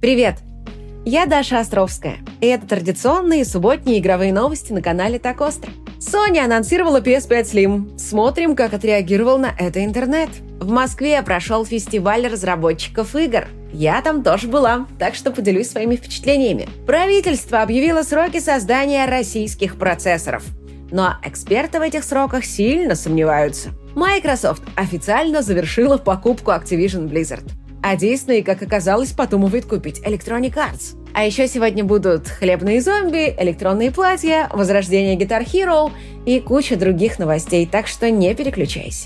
Привет! Я Даша Островская, и это традиционные субботние игровые новости на канале Так Остро. Sony анонсировала PS5 Slim. Смотрим, как отреагировал на это интернет. В Москве прошел фестиваль разработчиков игр. Я там тоже была, так что поделюсь своими впечатлениями. Правительство объявило сроки создания российских процессоров. Но эксперты в этих сроках сильно сомневаются. Microsoft официально завершила покупку Activision Blizzard. А Disney, как оказалось, подумывает купить Electronic Arts. А еще сегодня будут хлебные зомби, электронные платья, возрождение Guitar Hero и куча других новостей, так что не переключайся.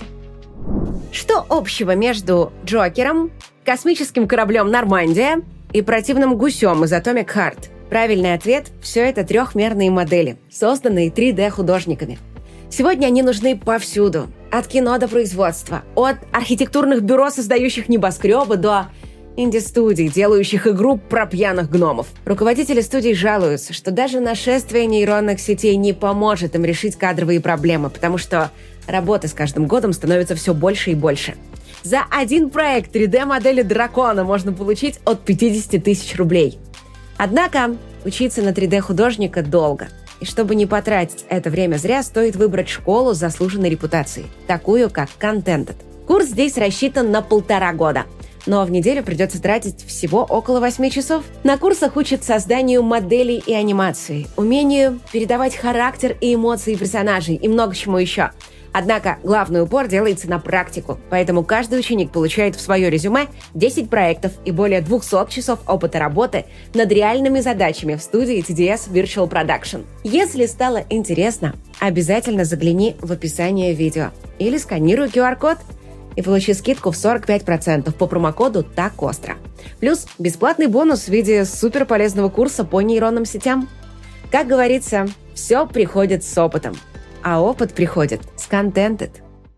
Что общего между Джокером, космическим кораблем Нормандия и противным гусем из Atomic Heart? Правильный ответ – все это трехмерные модели, созданные 3D-художниками. Сегодня они нужны повсюду. От кино до производства, от архитектурных бюро, создающих небоскребы, до инди-студий, делающих игру про пьяных гномов. Руководители студий жалуются, что даже нашествие нейронных сетей не поможет им решить кадровые проблемы, потому что работы с каждым годом становится все больше и больше. За один проект 3D-модели дракона можно получить от 50 тысяч рублей. Однако учиться на 3D-художника долго. И чтобы не потратить это время зря, стоит выбрать школу с заслуженной репутацией, такую как Contented. Курс здесь рассчитан на 1,5 года, но в неделю придется тратить всего около 8 часов. На курсах учат созданию моделей и анимации, умению передавать характер и эмоции персонажей и много чему еще. Однако главный упор делается на практику, поэтому каждый ученик получает в свое резюме 10 проектов и более 200 часов опыта работы над реальными задачами в студии TDS Virtual Production. Если стало интересно, обязательно загляни в описание видео или сканируй QR-код и получи скидку в 45% по промокоду Так Остро. Плюс бесплатный бонус в виде суперполезного курса по нейронным сетям. Как говорится, все приходит с опытом. А опыт приходит с Contented.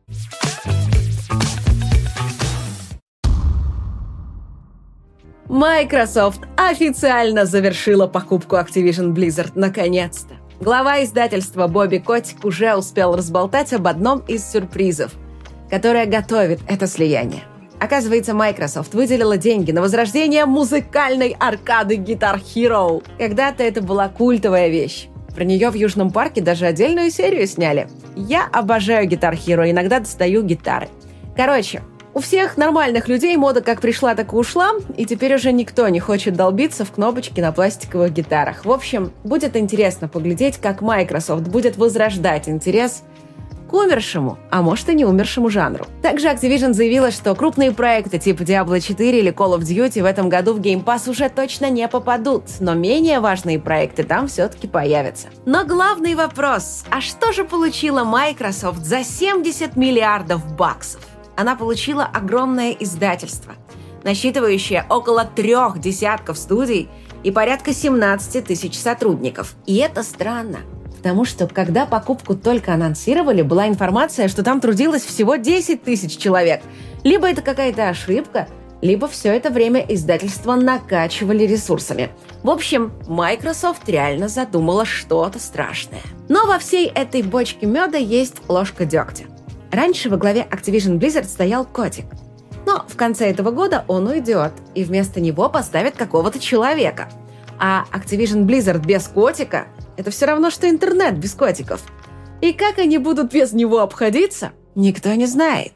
Microsoft официально завершила покупку Activision Blizzard наконец-то. Глава издательства Бобби Котик уже успел разболтать об одном из сюрпризов, которое готовит это слияние. Оказывается, Microsoft выделила деньги на возрождение музыкальной аркады Guitar Hero. Когда-то это была культовая вещь. Про нее в Южном парке даже отдельную серию сняли. Я обожаю Guitar Hero, иногда достаю гитары. Короче, у всех нормальных людей мода как пришла, так и ушла, и теперь уже никто не хочет долбиться в кнопочки на пластиковых гитарах. В общем, будет интересно поглядеть, как Microsoft будет возрождать интерес к умершему, а может и не умершему жанру. Также Activision заявила, что крупные проекты типа Diablo 4 или Call of Duty в этом году в Game Pass уже точно не попадут, но менее важные проекты там все-таки появятся. Но главный вопрос, а что же получила Microsoft за 70 миллиардов баксов? Она получила огромное издательство, насчитывающее около 3 десятков студий и порядка 17 тысяч сотрудников. И это странно. Потому что, когда покупку только анонсировали, была информация, что там трудилось всего 10 тысяч человек. Либо это какая-то ошибка, либо все это время издательство накачивали ресурсами. В общем, Microsoft реально задумала что-то страшное. Но во всей этой бочке меда есть ложка дегтя. Раньше во главе Activision Blizzard стоял Котик. Но в конце этого года он уйдет, и вместо него поставят какого-то человека. А Activision Blizzard без Котика – это все равно, что интернет без котиков. И как они будут без него обходиться, никто не знает.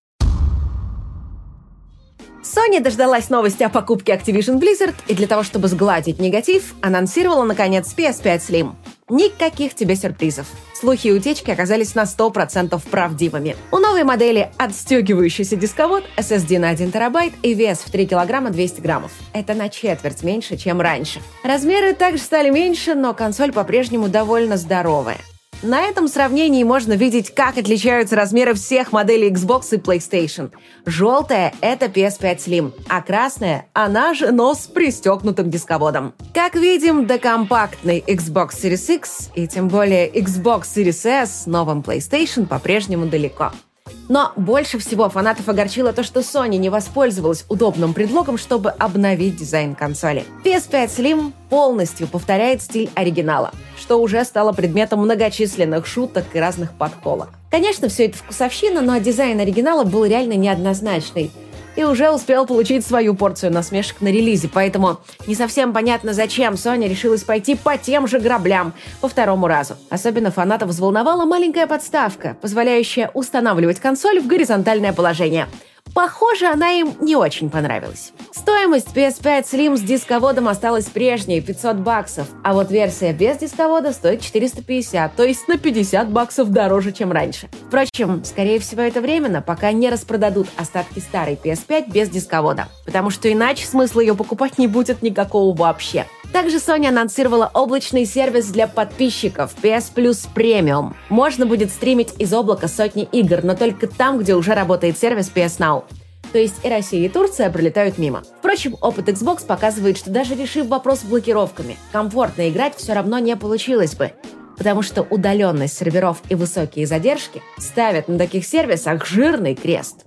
Sony дождалась новости о покупке Activision Blizzard и для того, чтобы сгладить негатив, анонсировала, наконец, PS5 Slim. Никаких тебе сюрпризов. Слухи и утечки оказались на 100% правдивыми. У новой модели отстегивающийся дисковод, SSD на 1 терабайт и вес в 3 килограмма 200 граммов. Это на четверть меньше, чем раньше. Размеры также стали меньше, но консоль по-прежнему довольно здоровая. На этом сравнении можно видеть, как отличаются размеры всех моделей Xbox и PlayStation. Желтая – это PS5 Slim, а красная – она же, но с пристегнутым дисководом. Как видим, до компактной Xbox Series X и тем более Xbox Series S новым PlayStation по-прежнему далеко. Но больше всего фанатов огорчило то, что Sony не воспользовалась удобным предлогом, чтобы обновить дизайн консоли. PS5 Slim полностью повторяет стиль оригинала, что уже стало предметом многочисленных шуток и разных подколок. Конечно, все это вкусовщина, но дизайн оригинала был реально неоднозначный. и уже успел получить свою порцию насмешек на релизе, поэтому не совсем понятно, зачем Sony решилась пойти по тем же граблям по второму разу. Особенно фанатов взволновала маленькая подставка, позволяющая устанавливать консоль в горизонтальное положение. Похоже, она им не очень понравилась. Стоимость PS5 Slim с дисководом осталась прежней – $500, а вот версия без дисковода стоит $450, то есть на $50 дороже, чем раньше. Впрочем, скорее всего, это временно, пока не распродадут остатки старой PS5 без дисковода, потому что иначе смысла ее покупать не будет никакого вообще. Также Sony анонсировала облачный сервис для подписчиков PS Plus Premium. Можно будет стримить из облака сотни игр, но только там, где уже работает сервис PS Now. То есть и Россия, и Турция пролетают мимо. Впрочем, опыт Xbox показывает, что даже решив вопрос с блокировками, комфортно играть все равно не получилось бы, потому что удаленность серверов и высокие задержки ставят на таких сервисах жирный крест.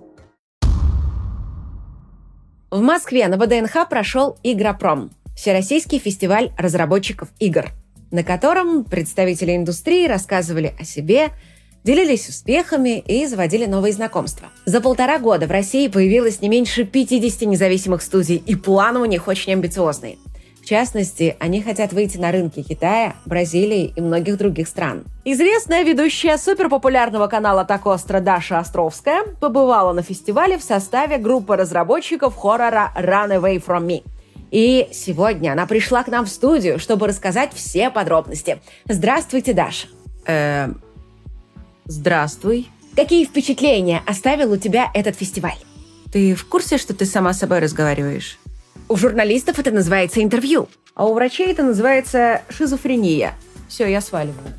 В Москве на ВДНХ прошел Игропром – Всероссийский фестиваль разработчиков игр, на котором представители индустрии рассказывали о себе, делились успехами и заводили новые знакомства. За 1,5 года в России появилось не меньше 50 независимых студий, и планы у них очень амбициозные. В частности, они хотят выйти на рынки Китая, Бразилии и многих других стран. Известная ведущая суперпопулярного канала Так Остро Даша Островская побывала на фестивале в составе группы разработчиков хоррора Run Away From Me. И сегодня она пришла к нам в студию, чтобы рассказать все подробности. Здравствуйте, Даша. Здравствуй. Какие впечатления оставил у тебя этот фестиваль? Ты в курсе, что ты сама с собой разговариваешь? У журналистов это называется интервью, а у врачей это называется шизофрения. Все, я сваливаю.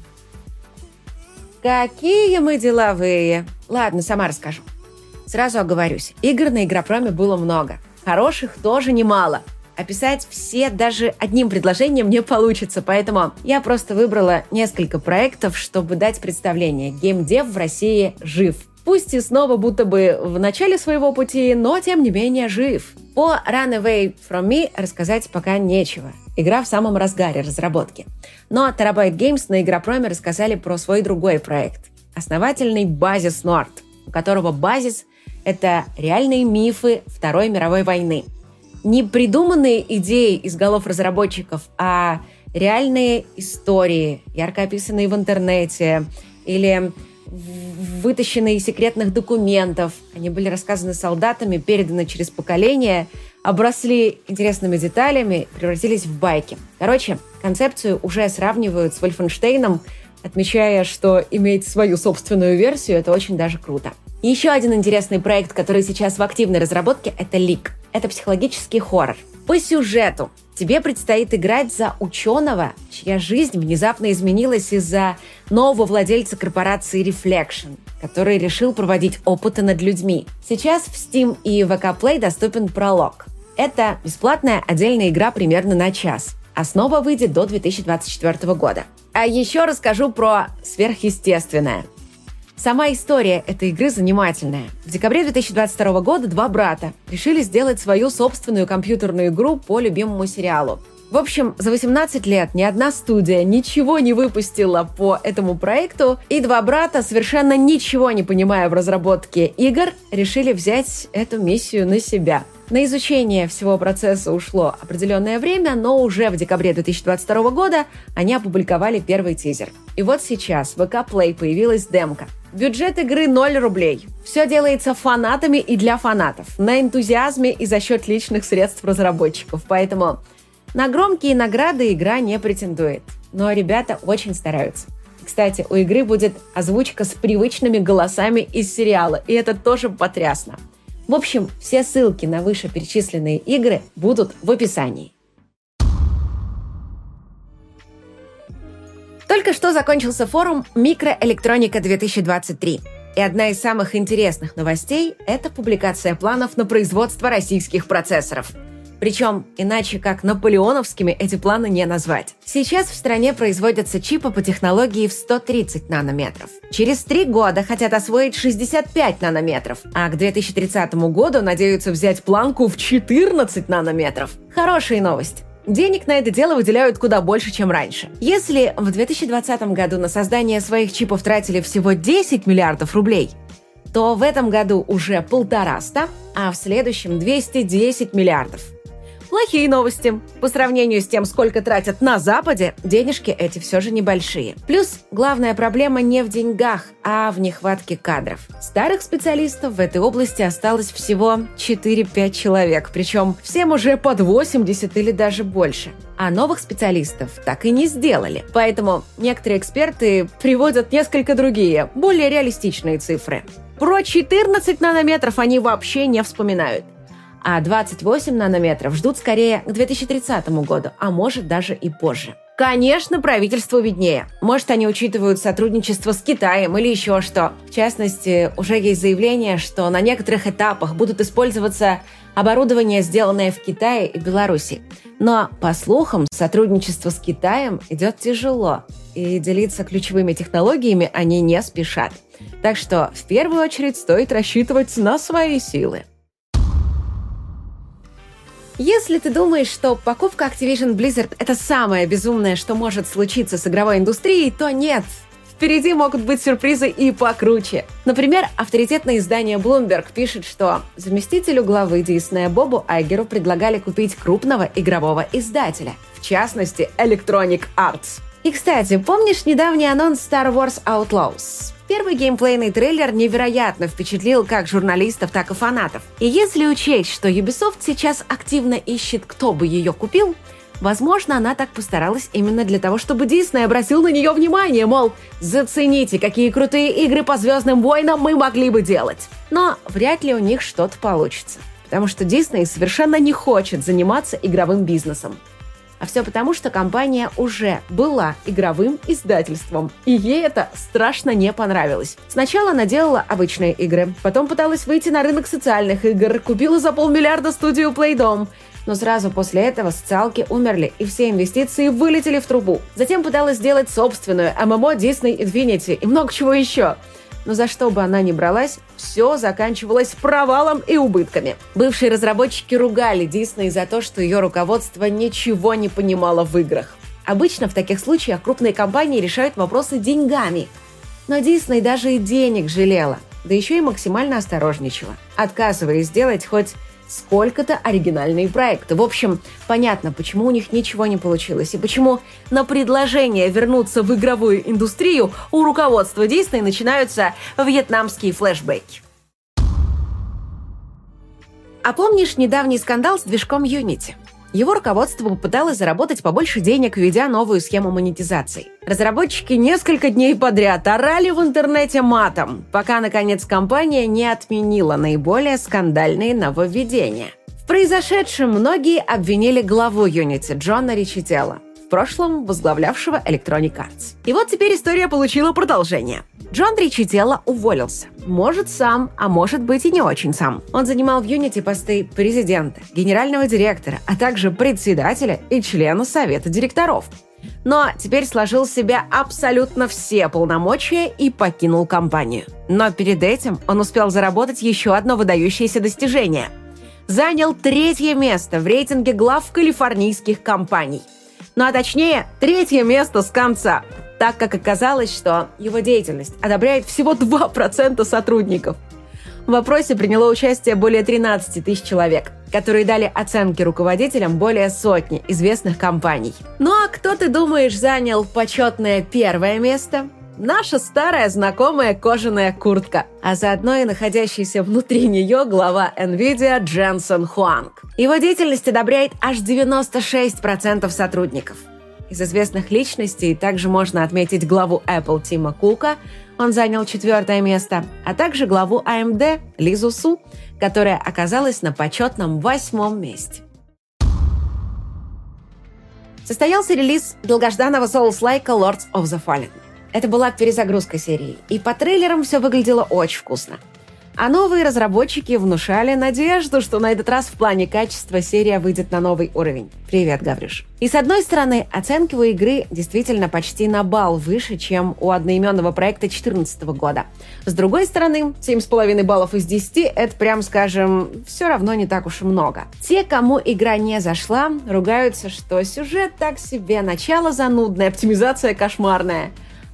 Какие мы деловые. Ладно, сама расскажу. Сразу оговорюсь, игр на Игропроме было много. Хороших тоже немало. Описать все даже одним предложением не получится, поэтому я просто выбрала несколько проектов, чтобы дать представление. Геймдев в России жив. Пусть и снова будто бы в начале своего пути, но тем не менее жив. По Run Away From Me рассказать пока нечего. Игра в самом разгаре разработки. Но Terabyte Games на Игропроме рассказали про свой другой проект. Основательный Базис Норд, у которого базис — это реальные мифы Второй мировой войны. Не придуманные идеи из голов разработчиков, а реальные истории, ярко описанные в интернете или вытащенные из секретных документов. Они были рассказаны солдатами, переданы через поколения, обросли интересными деталями, превратились в байки. Короче, концепцию уже сравнивают с Wolfenstein'ом, отмечая, что иметь свою собственную версию – это очень даже круто. Еще один интересный проект, который сейчас в активной разработке – это Leak. Это психологический хоррор. По сюжету тебе предстоит играть за ученого, чья жизнь внезапно изменилась из-за нового владельца корпорации Reflection, который решил проводить опыты над людьми. Сейчас в Steam и VK Play доступен пролог. Это бесплатная отдельная игра примерно на час. Основа выйдет до 2024 года. А еще расскажу про сверхъестественное. Сама история этой игры занимательная. В декабре 2022 года два брата решили сделать свою собственную компьютерную игру по любимому сериалу. В общем, за 18 лет ни одна студия ничего не выпустила по этому проекту, и два брата, совершенно ничего не понимая в разработке игр, решили взять эту миссию на себя. На изучение всего процесса ушло определенное время, но уже в декабре 2022 года они опубликовали первый тизер. И вот сейчас в VK Play появилась демка. Бюджет игры 0 рублей. Все делается фанатами и для фанатов, на энтузиазме и за счет личных средств разработчиков. Поэтому на громкие награды игра не претендует. Но ребята очень стараются. Кстати, у игры будет озвучка с привычными голосами из сериала, и это тоже потрясно. В общем, все ссылки на вышеперечисленные игры будут в описании. Только что закончился форум «Микроэлектроника 2023». И одна из самых интересных новостей – это публикация планов на производство российских процессоров. Причем иначе как наполеоновскими эти планы не назвать. Сейчас в стране производятся чипы по технологии в 130 нанометров. Через 3 года хотят освоить 65 нанометров, а к 2030 году надеются взять планку в 14 нанометров. Хорошая новость. Денег на это дело выделяют куда больше, чем раньше. Если в 2020 году на создание своих чипов тратили всего 10 миллиардов рублей, то в этом году уже 150, а в следующем 210 миллиардов. Плохие новости. По сравнению с тем, сколько тратят на Западе, денежки эти все же небольшие. Плюс главная проблема не в деньгах, а в нехватке кадров. Старых специалистов в этой области осталось всего 4-5 человек, причем всем уже под 80 или даже больше. А новых специалистов так и не сделали. Поэтому некоторые эксперты приводят несколько другие, более реалистичные цифры. Про 14 нанометров они вообще не вспоминают. А 28 нанометров ждут скорее к 2030 году, а может даже и позже. Конечно, правительству виднее. Может, они учитывают сотрудничество с Китаем или еще что. В частности, уже есть заявление, что на некоторых этапах будут использоваться оборудование, сделанное в Китае и Беларуси. Но, по слухам, сотрудничество с Китаем идет тяжело, и делиться ключевыми технологиями они не спешат. Так что, в первую очередь, стоит рассчитывать на свои силы. Если ты думаешь, что покупка Activision Blizzard – это самое безумное, что может случиться с игровой индустрией, то нет. Впереди могут быть сюрпризы и покруче. Например, авторитетное издание Bloomberg пишет, что заместителю главы Disney Бобу Айгеру предлагали купить крупного игрового издателя, в частности, Electronic Arts. И, кстати, помнишь недавний анонс Star Wars Outlaws? Первый геймплейный трейлер невероятно впечатлил как журналистов, так и фанатов. И если учесть, что Ubisoft сейчас активно ищет, кто бы ее купил, возможно, она так постаралась именно для того, чтобы Disney обратил на нее внимание, мол, зацените, какие крутые игры по «Звездным войнам» мы могли бы делать. Но вряд ли у них что-то получится, потому что Disney совершенно не хочет заниматься игровым бизнесом. А все потому, что компания уже была игровым издательством, и ей это страшно не понравилось. Сначала она делала обычные игры, потом пыталась выйти на рынок социальных игр, купила за 500 million студию Playdom. Но сразу после этого социалки умерли, и все инвестиции вылетели в трубу. Затем пыталась сделать собственную MMO Disney Infinity и много чего еще. Но за что бы она ни бралась, все заканчивалось провалом и убытками. Бывшие разработчики ругали Disney за то, что ее руководство ничего не понимало в играх. Обычно в таких случаях крупные компании решают вопросы деньгами. Но Disney даже и денег жалела, да еще и максимально осторожничала, отказываясь сделать хоть сколько-то оригинальные проекты. В общем, понятно, почему у них ничего не получилось и почему на предложение вернуться в игровую индустрию у руководства Disney начинаются вьетнамские флешбеки. А помнишь недавний скандал с движком Unity? Его руководство попыталось заработать побольше денег, введя новую схему монетизации. Разработчики несколько дней подряд орали в интернете матом, пока, наконец, компания не отменила наиболее скандальные нововведения. В произошедшем многие обвинили главу Unity Джона Ричителло, в прошлом возглавлявшего Electronic Arts. И вот теперь история получила продолжение. Джон Ричителло уволился. Может сам, а может быть и не очень сам. Он занимал в Unity посты президента, генерального директора, а также председателя и члена совета директоров. Но теперь сложил в себя абсолютно все полномочия и покинул компанию. Но перед этим он успел заработать еще одно выдающееся достижение. Занял 3-е место в рейтинге глав калифорнийских компаний. Ну а точнее, 3-е место с конца, так как оказалось, что его деятельность одобряет всего 2% сотрудников. В вопросе приняло участие более 13 тысяч человек, которые дали оценки руководителям более сотни известных компаний. Ну а кто, ты думаешь, занял почетное 1-е место? Наша старая знакомая кожаная куртка, а заодно и находящийся внутри нее глава NVIDIA Дженсен Хуанг. Его деятельность одобряет аж 96% сотрудников. Из известных личностей также можно отметить главу Apple Тима Кука, он занял 4-е место, а также главу AMD Лизу Су, которая оказалась на почетном 8-м месте. Состоялся релиз долгожданного Souls-like Lords of the Fallen. Это была перезагрузка серии, и по трейлерам все выглядело очень вкусно. А новые разработчики внушали надежду, что на этот раз в плане качества серия выйдет на новый уровень. Привет, Гавриш. И с одной стороны, оценки у игры действительно почти на балл выше, чем у одноименного проекта 2014 года. С другой стороны, 7,5 баллов из 10 – это, прям скажем, все равно не так уж и много. Те, кому игра не зашла, ругаются, что сюжет так себе, начало занудное, оптимизация кошмарная.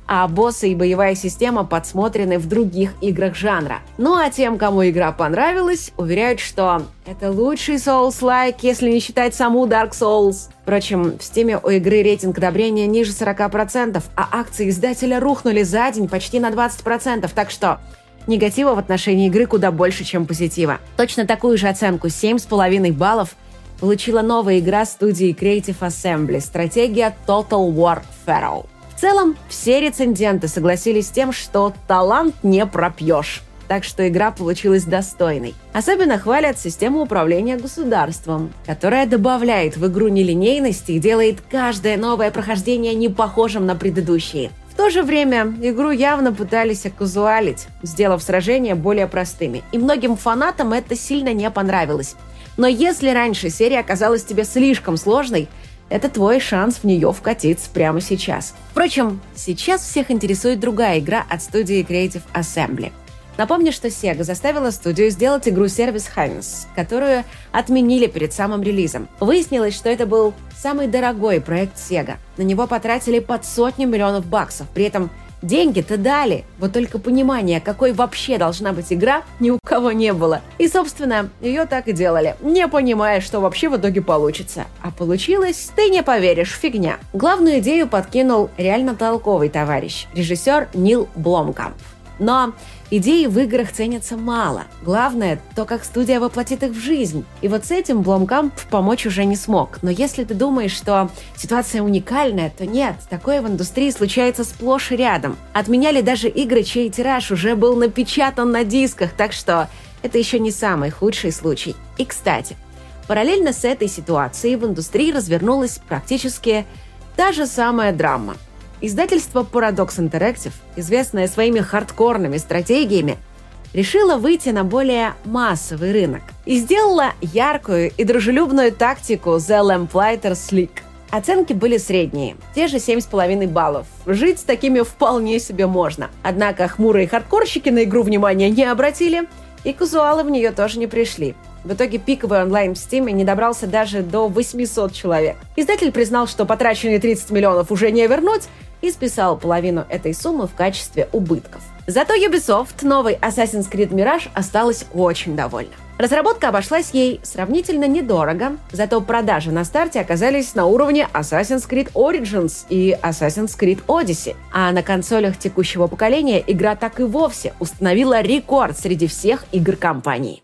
а боссы и боевая система подсмотрены в других играх жанра. Ну а тем, кому игра понравилась, уверяют, что это лучший Souls-like, если не считать саму Dark Souls. Впрочем, в Steam у игры рейтинг одобрения ниже 40%, а акции издателя рухнули за день почти на 20%, так что негатива в отношении игры куда больше, чем позитива. Точно такую же оценку 7,5 баллов получила новая игра студии Creative Assembly «Стратегия Total War Pharaoh». В целом, все рецензенты согласились с тем, что талант не пропьешь. Так что игра получилась достойной. Особенно хвалят систему управления государством, которая добавляет в игру нелинейности и делает каждое новое прохождение не похожим на предыдущие. В то же время игру явно пытались оказуалить, сделав сражения более простыми. И многим фанатам это сильно не понравилось. Но если раньше серия оказалась тебе слишком сложной, это твой шанс в нее вкатиться прямо сейчас. Впрочем, сейчас всех интересует другая игра от студии Creative Assembly. Напомню, что Sega заставила студию сделать игру Service Hines, которую отменили перед самым релизом. Выяснилось, что это был самый дорогой проект Sega. На него потратили под $100 миллионов. При этом деньги-то дали, вот только понимания, какой вообще должна быть игра, ни у кого не было. И, собственно, ее так и делали, не понимая, что вообще в итоге получится. А получилось, ты не поверишь, фигня. Главную идею подкинул реально толковый товарищ, режиссер Нил Бломкамп. Но идеи в играх ценятся мало. Главное, то, как студия воплотит их в жизнь. И вот с этим Бломкамп помочь уже не смог. Но если ты думаешь, что ситуация уникальная, то нет. Такое в индустрии случается сплошь и рядом. Отменяли даже игры, чей тираж уже был напечатан на дисках, так что это еще не самый худший случай. И, кстати, параллельно с этой ситуацией в индустрии развернулась практически та же самая драма. Издательство Paradox Interactive, известное своими хардкорными стратегиями, решило выйти на более массовый рынок и сделала яркую и дружелюбную тактику The Lamplighter Slick. Оценки были средние, те же 7,5 баллов. Жить с такими вполне себе можно. Однако хмурые хардкорщики на игру внимания не обратили, и казуалы в нее тоже не пришли. В итоге пиковый онлайн в Steam не добрался даже до 800 человек. Издатель признал, что потраченные 30 миллионов уже не вернуть, и списал половину этой суммы в качестве убытков. Зато Ubisoft новой Assassin's Creed Mirage осталась очень довольна. Разработка обошлась ей сравнительно недорого, зато продажи на старте оказались на уровне Assassin's Creed Origins и Assassin's Creed Odyssey. А на консолях текущего поколения игра так и вовсе установила рекорд среди всех игр компании.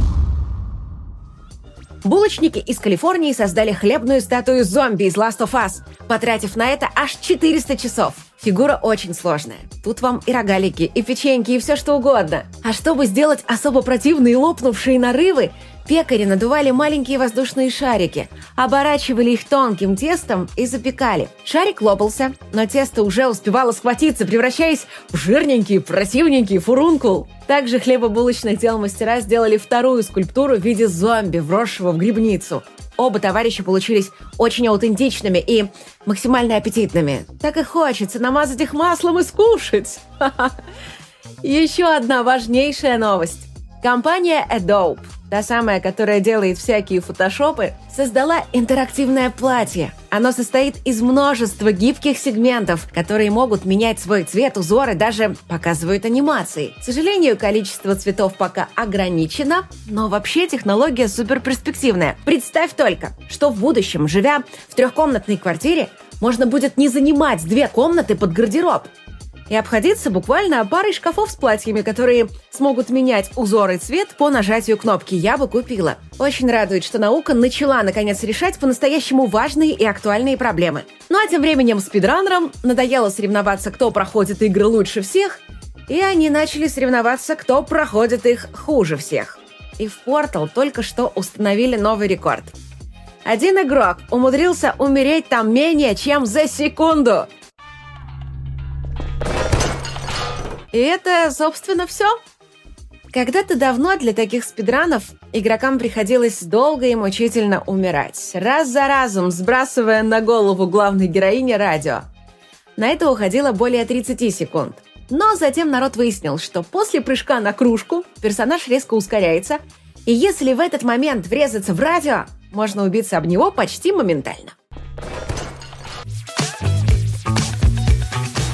Булочники из Калифорнии создали хлебную статую зомби из Last of Us, потратив на это аж 400 часов. Фигура очень сложная. Тут вам и рогалики, и печеньки, и все что угодно. А чтобы сделать особо противные лопнувшие нарывы, пекари надували маленькие воздушные шарики, оборачивали их тонким тестом и запекали. Шарик лопался, но тесто уже успевало схватиться, превращаясь в жирненький, противненький фурункул. Также хлебобулочных дел мастера сделали вторую скульптуру в виде зомби, вросшего в грибницу. Оба товарища получились очень аутентичными и максимально аппетитными. Так и хочется намазать их маслом и скушать. Еще одна важнейшая новость. Компания Adobe, та самая, которая делает всякие фотошопы, создала интерактивное платье. Оно состоит из множества гибких сегментов, которые могут менять свой цвет, узоры, даже показывают анимации. К сожалению, количество цветов пока ограничено, но вообще технология суперперспективная. Представь только, что в будущем, живя в трехкомнатной квартире, можно будет не занимать 2 комнаты под гардероб и обходиться буквально парой шкафов с платьями, которые смогут менять узор и цвет по нажатию кнопки. Я бы купила. Очень радует, что наука начала, наконец, решать по-настоящему важные и актуальные проблемы. Ну а тем временем спидранерам надоело соревноваться, кто проходит игры лучше всех, и они начали соревноваться, кто проходит их хуже всех. И в Portal только что установили новый рекорд. Один игрок умудрился умереть там менее чем за секунду. И это, собственно, все. Когда-то давно для таких спидранов игрокам приходилось долго и мучительно умирать, раз за разом сбрасывая на голову главной героини радио. На это уходило более 30 секунд. Но затем народ выяснил, что после прыжка на кружку персонаж резко ускоряется, и если в этот момент врезаться в радио, можно убиться об него почти моментально.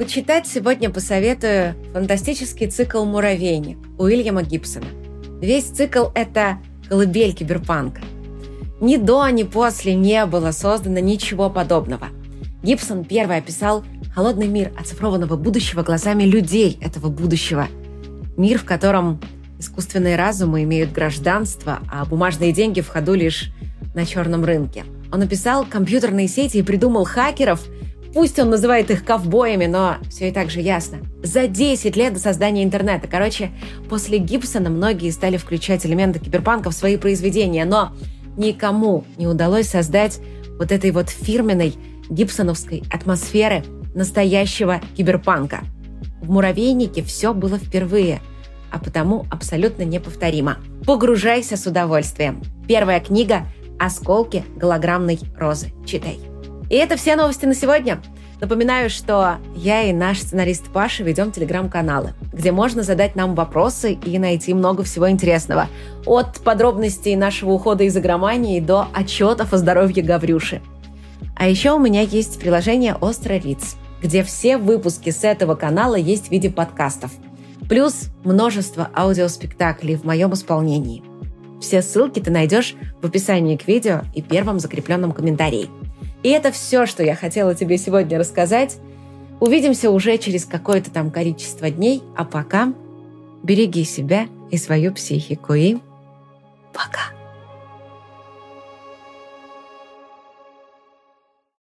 Почитать сегодня посоветую фантастический цикл «Муравейник» Уильяма Гибсона. Весь цикл – это колыбель киберпанка. Ни до, ни после не было создано ничего подобного. Гибсон первый описал холодный мир оцифрованного будущего глазами людей этого будущего. Мир, в котором искусственные разумы имеют гражданство, а бумажные деньги в ходу лишь на черном рынке. Он описал компьютерные сети и придумал хакеров. Пусть он называет их ковбоями, но все и так же ясно. За 10 лет до создания интернета. Короче, после Гибсона многие стали включать элементы киберпанка в свои произведения, но никому не удалось создать вот этой вот фирменной гибсоновской атмосферы настоящего киберпанка. В «Муравейнике» все было впервые, а потому абсолютно неповторимо. Погружайся с удовольствием. Первая книга «Осколки голограммной розы». Читай. И это все новости на сегодня. Напоминаю, что я и наш сценарист Паша ведем телеграм-каналы, где можно задать нам вопросы и найти много всего интересного. От подробностей нашего ухода из игромании до отчетов о здоровье Гаврюши. А еще у меня есть приложение «Остро Риц», где все выпуски с этого канала есть в виде подкастов. Плюс множество аудиоспектаклей в моем исполнении. Все ссылки ты найдешь в описании к видео и первом закрепленном комментарии. И это все, что я хотела тебе сегодня рассказать. Увидимся уже через какое-то там количество дней, а пока береги себя и свою психику. И пока!